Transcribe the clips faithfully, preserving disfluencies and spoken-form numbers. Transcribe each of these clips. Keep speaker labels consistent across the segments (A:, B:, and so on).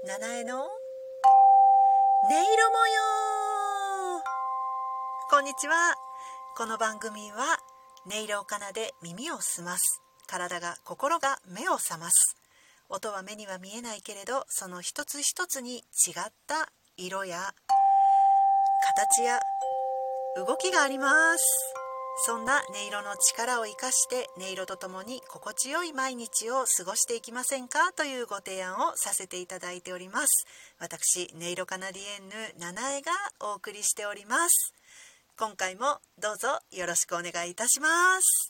A: 七重の音色模様。こんにちは。この番組は音色を奏で耳を澄ます、体が心が目を覚ます。音は目には見えないけれど、その一つ一つに違った色や形や動きがあります。そんな音色の力を生かして音色とともに心地よい毎日を過ごしていきませんかというご提案をさせていただいております。私、音色カナディエンヌ七重がお送りしております。今回もどうぞよろしくお願いいたします。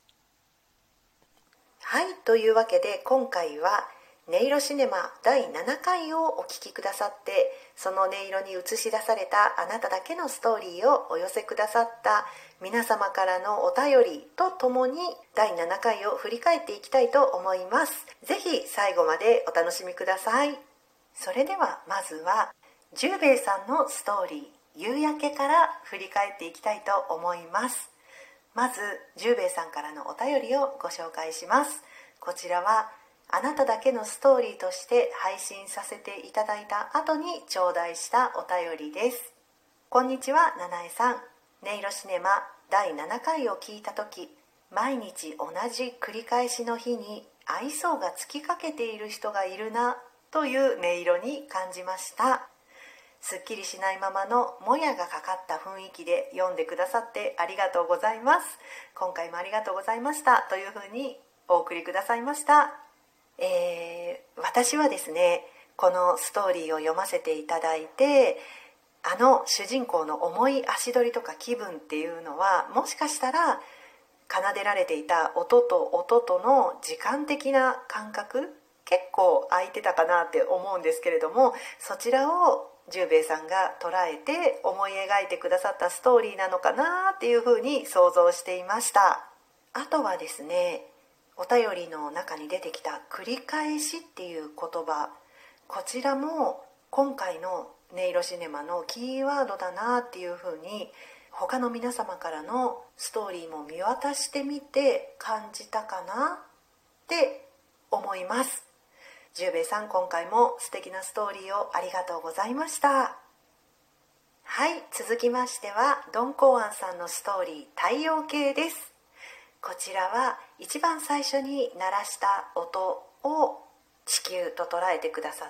A: はい、というわけで今回は音色シネマだいななかいをお聴きくださって、その音色に映し出されたあなただけのストーリーをお寄せくださった皆様からのお便りとともにだいななかいを振り返っていきたいと思います。ぜひ最後までお楽しみください。それではまずは十兵衛さんのストーリー夕焼けから振り返っていきたいと思います。まず十兵衛さんからのお便りをご紹介します。こちらはあなただけのストーリーとして配信させていただいた後に頂戴したお便りです。こんにちは、七重さん。音色シネマだいななかいを聞いたとき、毎日同じ繰り返しの日に愛想が尽きかけている人がいるなという音色に感じました。すっきりしないままのもやがかかった雰囲気で読んでくださってありがとうございます。今回もありがとうございましたというふうにお送りくださいました。えー、私はですね、このストーリーを読ませていただいて、あの主人公の重い足取りとか気分っていうのは、もしかしたら奏でられていた音と音との時間的な感覚、結構空いてたかなって思うんですけれども、そちらを十兵衛さんが捉えて思い描いてくださったストーリーなのかなっていうふうに想像していました。あとはですね、お便りの中に出てきた繰り返しっていう言葉、こちらも今回の音色シネマのキーワードだなっていうふうに、他の皆様からのストーリーも見渡してみて感じたかなって思います。十兵衛さん、今回も素敵なストーリーをありがとうございました。はい、続きましてはドンコーアンさんのストーリー太陽系です。こちらは一番最初に鳴らした音を地球と捉えてくださって、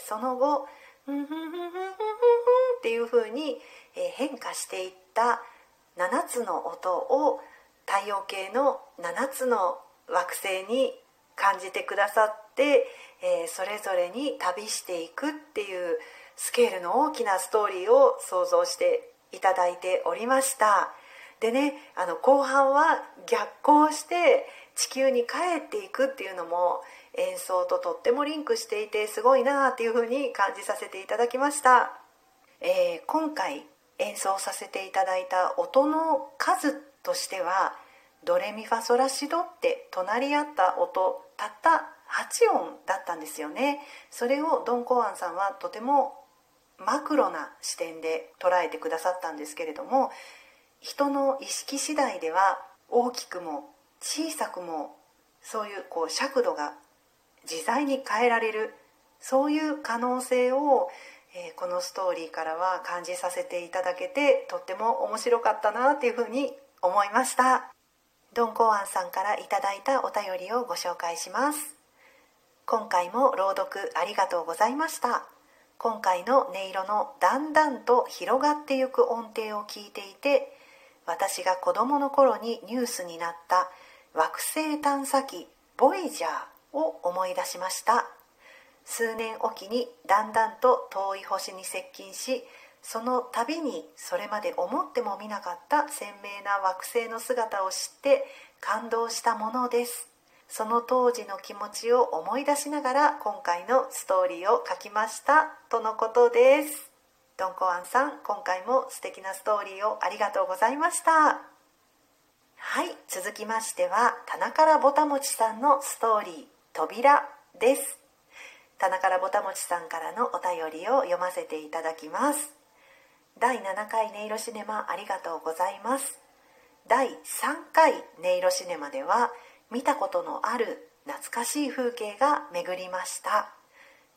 A: その後フンフンフンフンフンフンっていう風に変化していったななつの音を太陽系のななつの惑星に感じてくださって、それぞれに旅していくっていうスケールの大きなストーリーを想像していただいておりました。でね、あの後半は逆行して地球に帰っていくっていうのも演奏ととってもリンクしていて、すごいなっていう風に感じさせていただきました。えー、今回演奏させていただいた音の数としては、ドレミファソラシドって隣り合った音たったはちおんだったんですよね。それをドンコアンさんはとてもマクロな視点で捉えてくださったんですけれども、人の意識次第では大きくも小さくもそういうこう尺度が自在に変えられる、そういう可能性を、えー、このストーリーからは感じさせていただけて、とっても面白かったなっていうふうに思いました。ドンコアンさんからいただいたお便りをご紹介します。今回も朗読ありがとうございました。今回の音色のだんだんと広がっていく音程を聞いていて、私が子供の頃にニュースになった惑星探査機ボイジャーを思い出しました。数年おきにだんだんと遠い星に接近し、その度にそれまで思ってもみなかった鮮明な惑星の姿を知って感動したものです。その当時の気持ちを思い出しながら今回のストーリーを書きましたとのことです。ドンコアンさん、今回も素敵なストーリーをありがとうございました。はい、続きましては棚からぼたもちさんのストーリー扉です。棚からぼたもちさんからのお便りを読ませていただきます。だいななかい音色シネマありがとうございます。だいさんかい音色シネマでは見たことのある懐かしい風景が巡りました。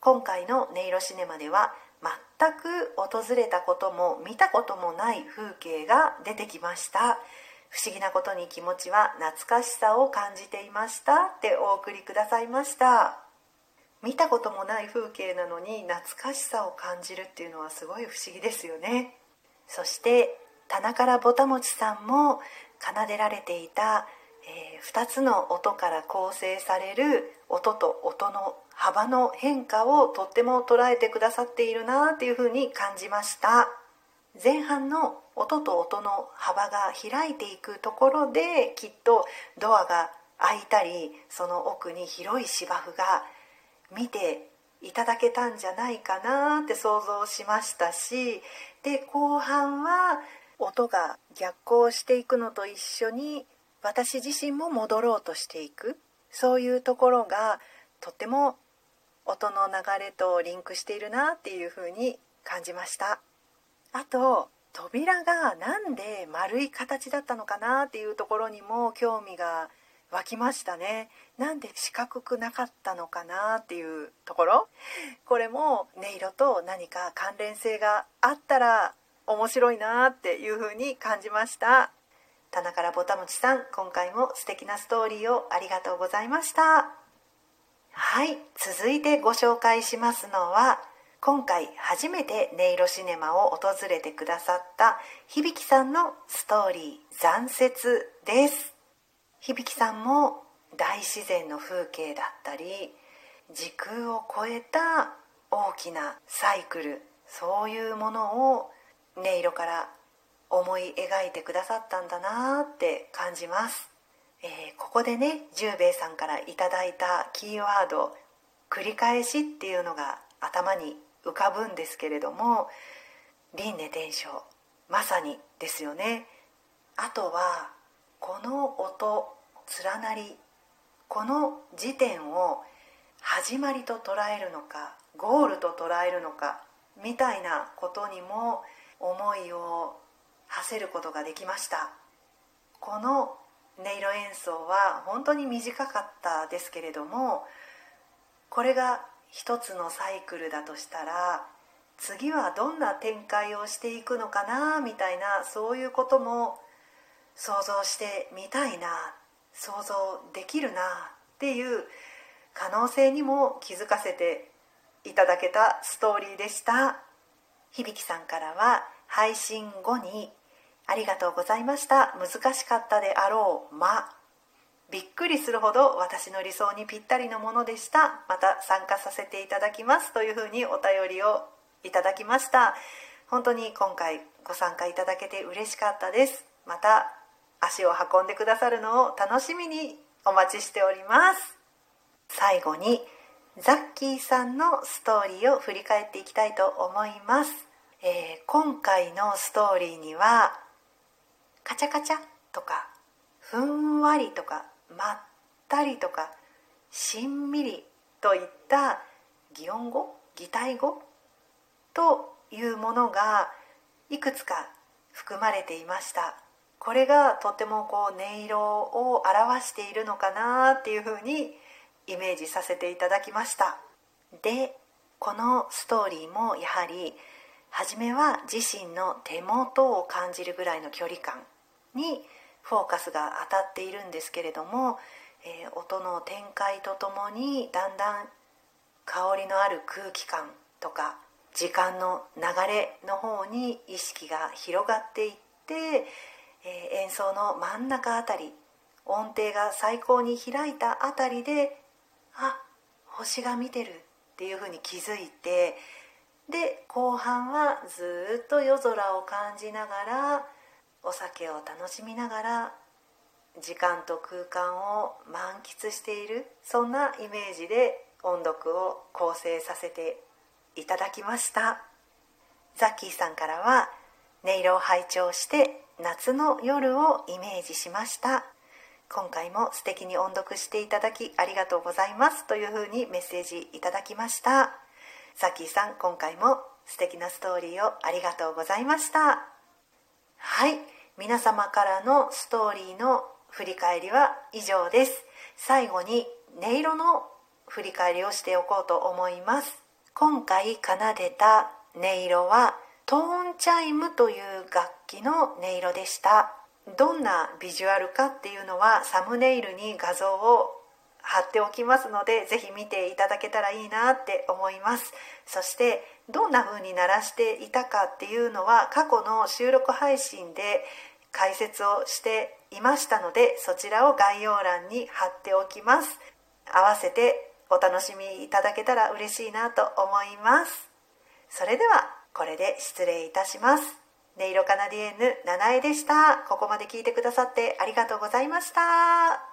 A: 今回の音色シネマでは全く訪れたことも見たこともない風景が出てきました。不思議なことに気持ちは懐かしさを感じていましたってお送りくださいました。見たこともない風景なのに懐かしさを感じるっていうのはすごい不思議ですよね。そして棚からぼたもちさんも奏でられていた、えー、ふたつの音から構成される音と音の幅の変化をとっても捉えてくださっているなっていうふうに感じました。前半の音と音の幅が開いていくところできっとドアが開いたり、その奥に広い芝生が見ていただけたんじゃないかなって想像しましたし、で後半は音が逆行していくのと一緒に私自身も戻ろうとしていく、そういうところがとっても音の流れとリンクしているなっていうふうに感じました。あと扉がなんで丸い形だったのかなっていうところにも興味が湧きましたね。なんで四角くなかったのかなっていうところ、これも音色と何か関連性があったら面白いなっていうふうに感じました。棚からぼたもちさん、今回も素敵なストーリーをありがとうございました。はい、続いてご紹介しますのは、今回初めて音色シネマを訪れてくださった響さんのストーリー残雪です。響さんも大自然の風景だったり、時空を超えた大きなサイクル、そういうものを音色から思い描いてくださったんだなって感じます。えー、ここでね、十兵衛さんからいただいたキーワード、繰り返しっていうのが頭に浮かぶんですけれども、輪廻転生、まさにですよね。あとはこの音、連なり、この時点を始まりと捉えるのかゴールと捉えるのかみたいなことにも思いを馳せることができました。この音色演奏は本当に短かったですけれども、これが一つのサイクルだとしたら次はどんな展開をしていくのかなみたいな、そういうことも想像してみたいな、想像できるなっていう可能性にも気づかせていただけたストーリーでした。響さんからは配信後にありがとうございました、難しかったであろう間、びっくりするほど私の理想にぴったりのものでした、また参加させていただきますというふうにお便りをいただきました。本当に今回ご参加いただけて嬉しかったです。また足を運んでくださるのを楽しみにお待ちしております。最後にザッキーさんのストーリーを振り返っていきたいと思います。えー、今回のストーリーにはカチャカチャとかふんわりとかまったりとかしんみりといった擬音語、擬態語というものがいくつか含まれていました。これがとてもこう音色を表しているのかなっていうふうにイメージさせていただきました。で、このストーリーもやはり初めは自身の手元を感じるぐらいの距離感にフォーカスが当たっているんですけれども、えー、音の展開とともにだんだん香りのある空気感とか時間の流れの方に意識が広がっていって、えー、演奏の真ん中あたり、音程が最高に開いたあたりで、あ、星が見てるっていうふうに気づいて、で後半はずっと夜空を感じながら、お酒を楽しみながら時間と空間を満喫している、そんなイメージで音読を構成させていただきました。ザッキーさんからは音色を拝聴して夏の夜をイメージしました、今回も素敵に音読していただきありがとうございますというふうにメッセージいただきました。ザッキーさん、今回も素敵なストーリーをありがとうございました。はい、皆様からのストーリーの振り返りは以上です。最後に音色の振り返りをしておこうと思います。 今回奏でた音色はトーンチャイムという楽器の音色でした。どんなビジュアルかっていうのはサムネイルに画像を貼っておきますので、ぜひ見ていただけたらいいなって思います。そしてどんな風に鳴らしていたかっていうのは過去の収録配信で解説をしていましたので、そちらを概要欄に貼っておきます。合わせてお楽しみいただけたら嬉しいなと思います。それではこれで失礼いたします。音色カナディエンヌ七重でした。ここまで聞いてくださってありがとうございました。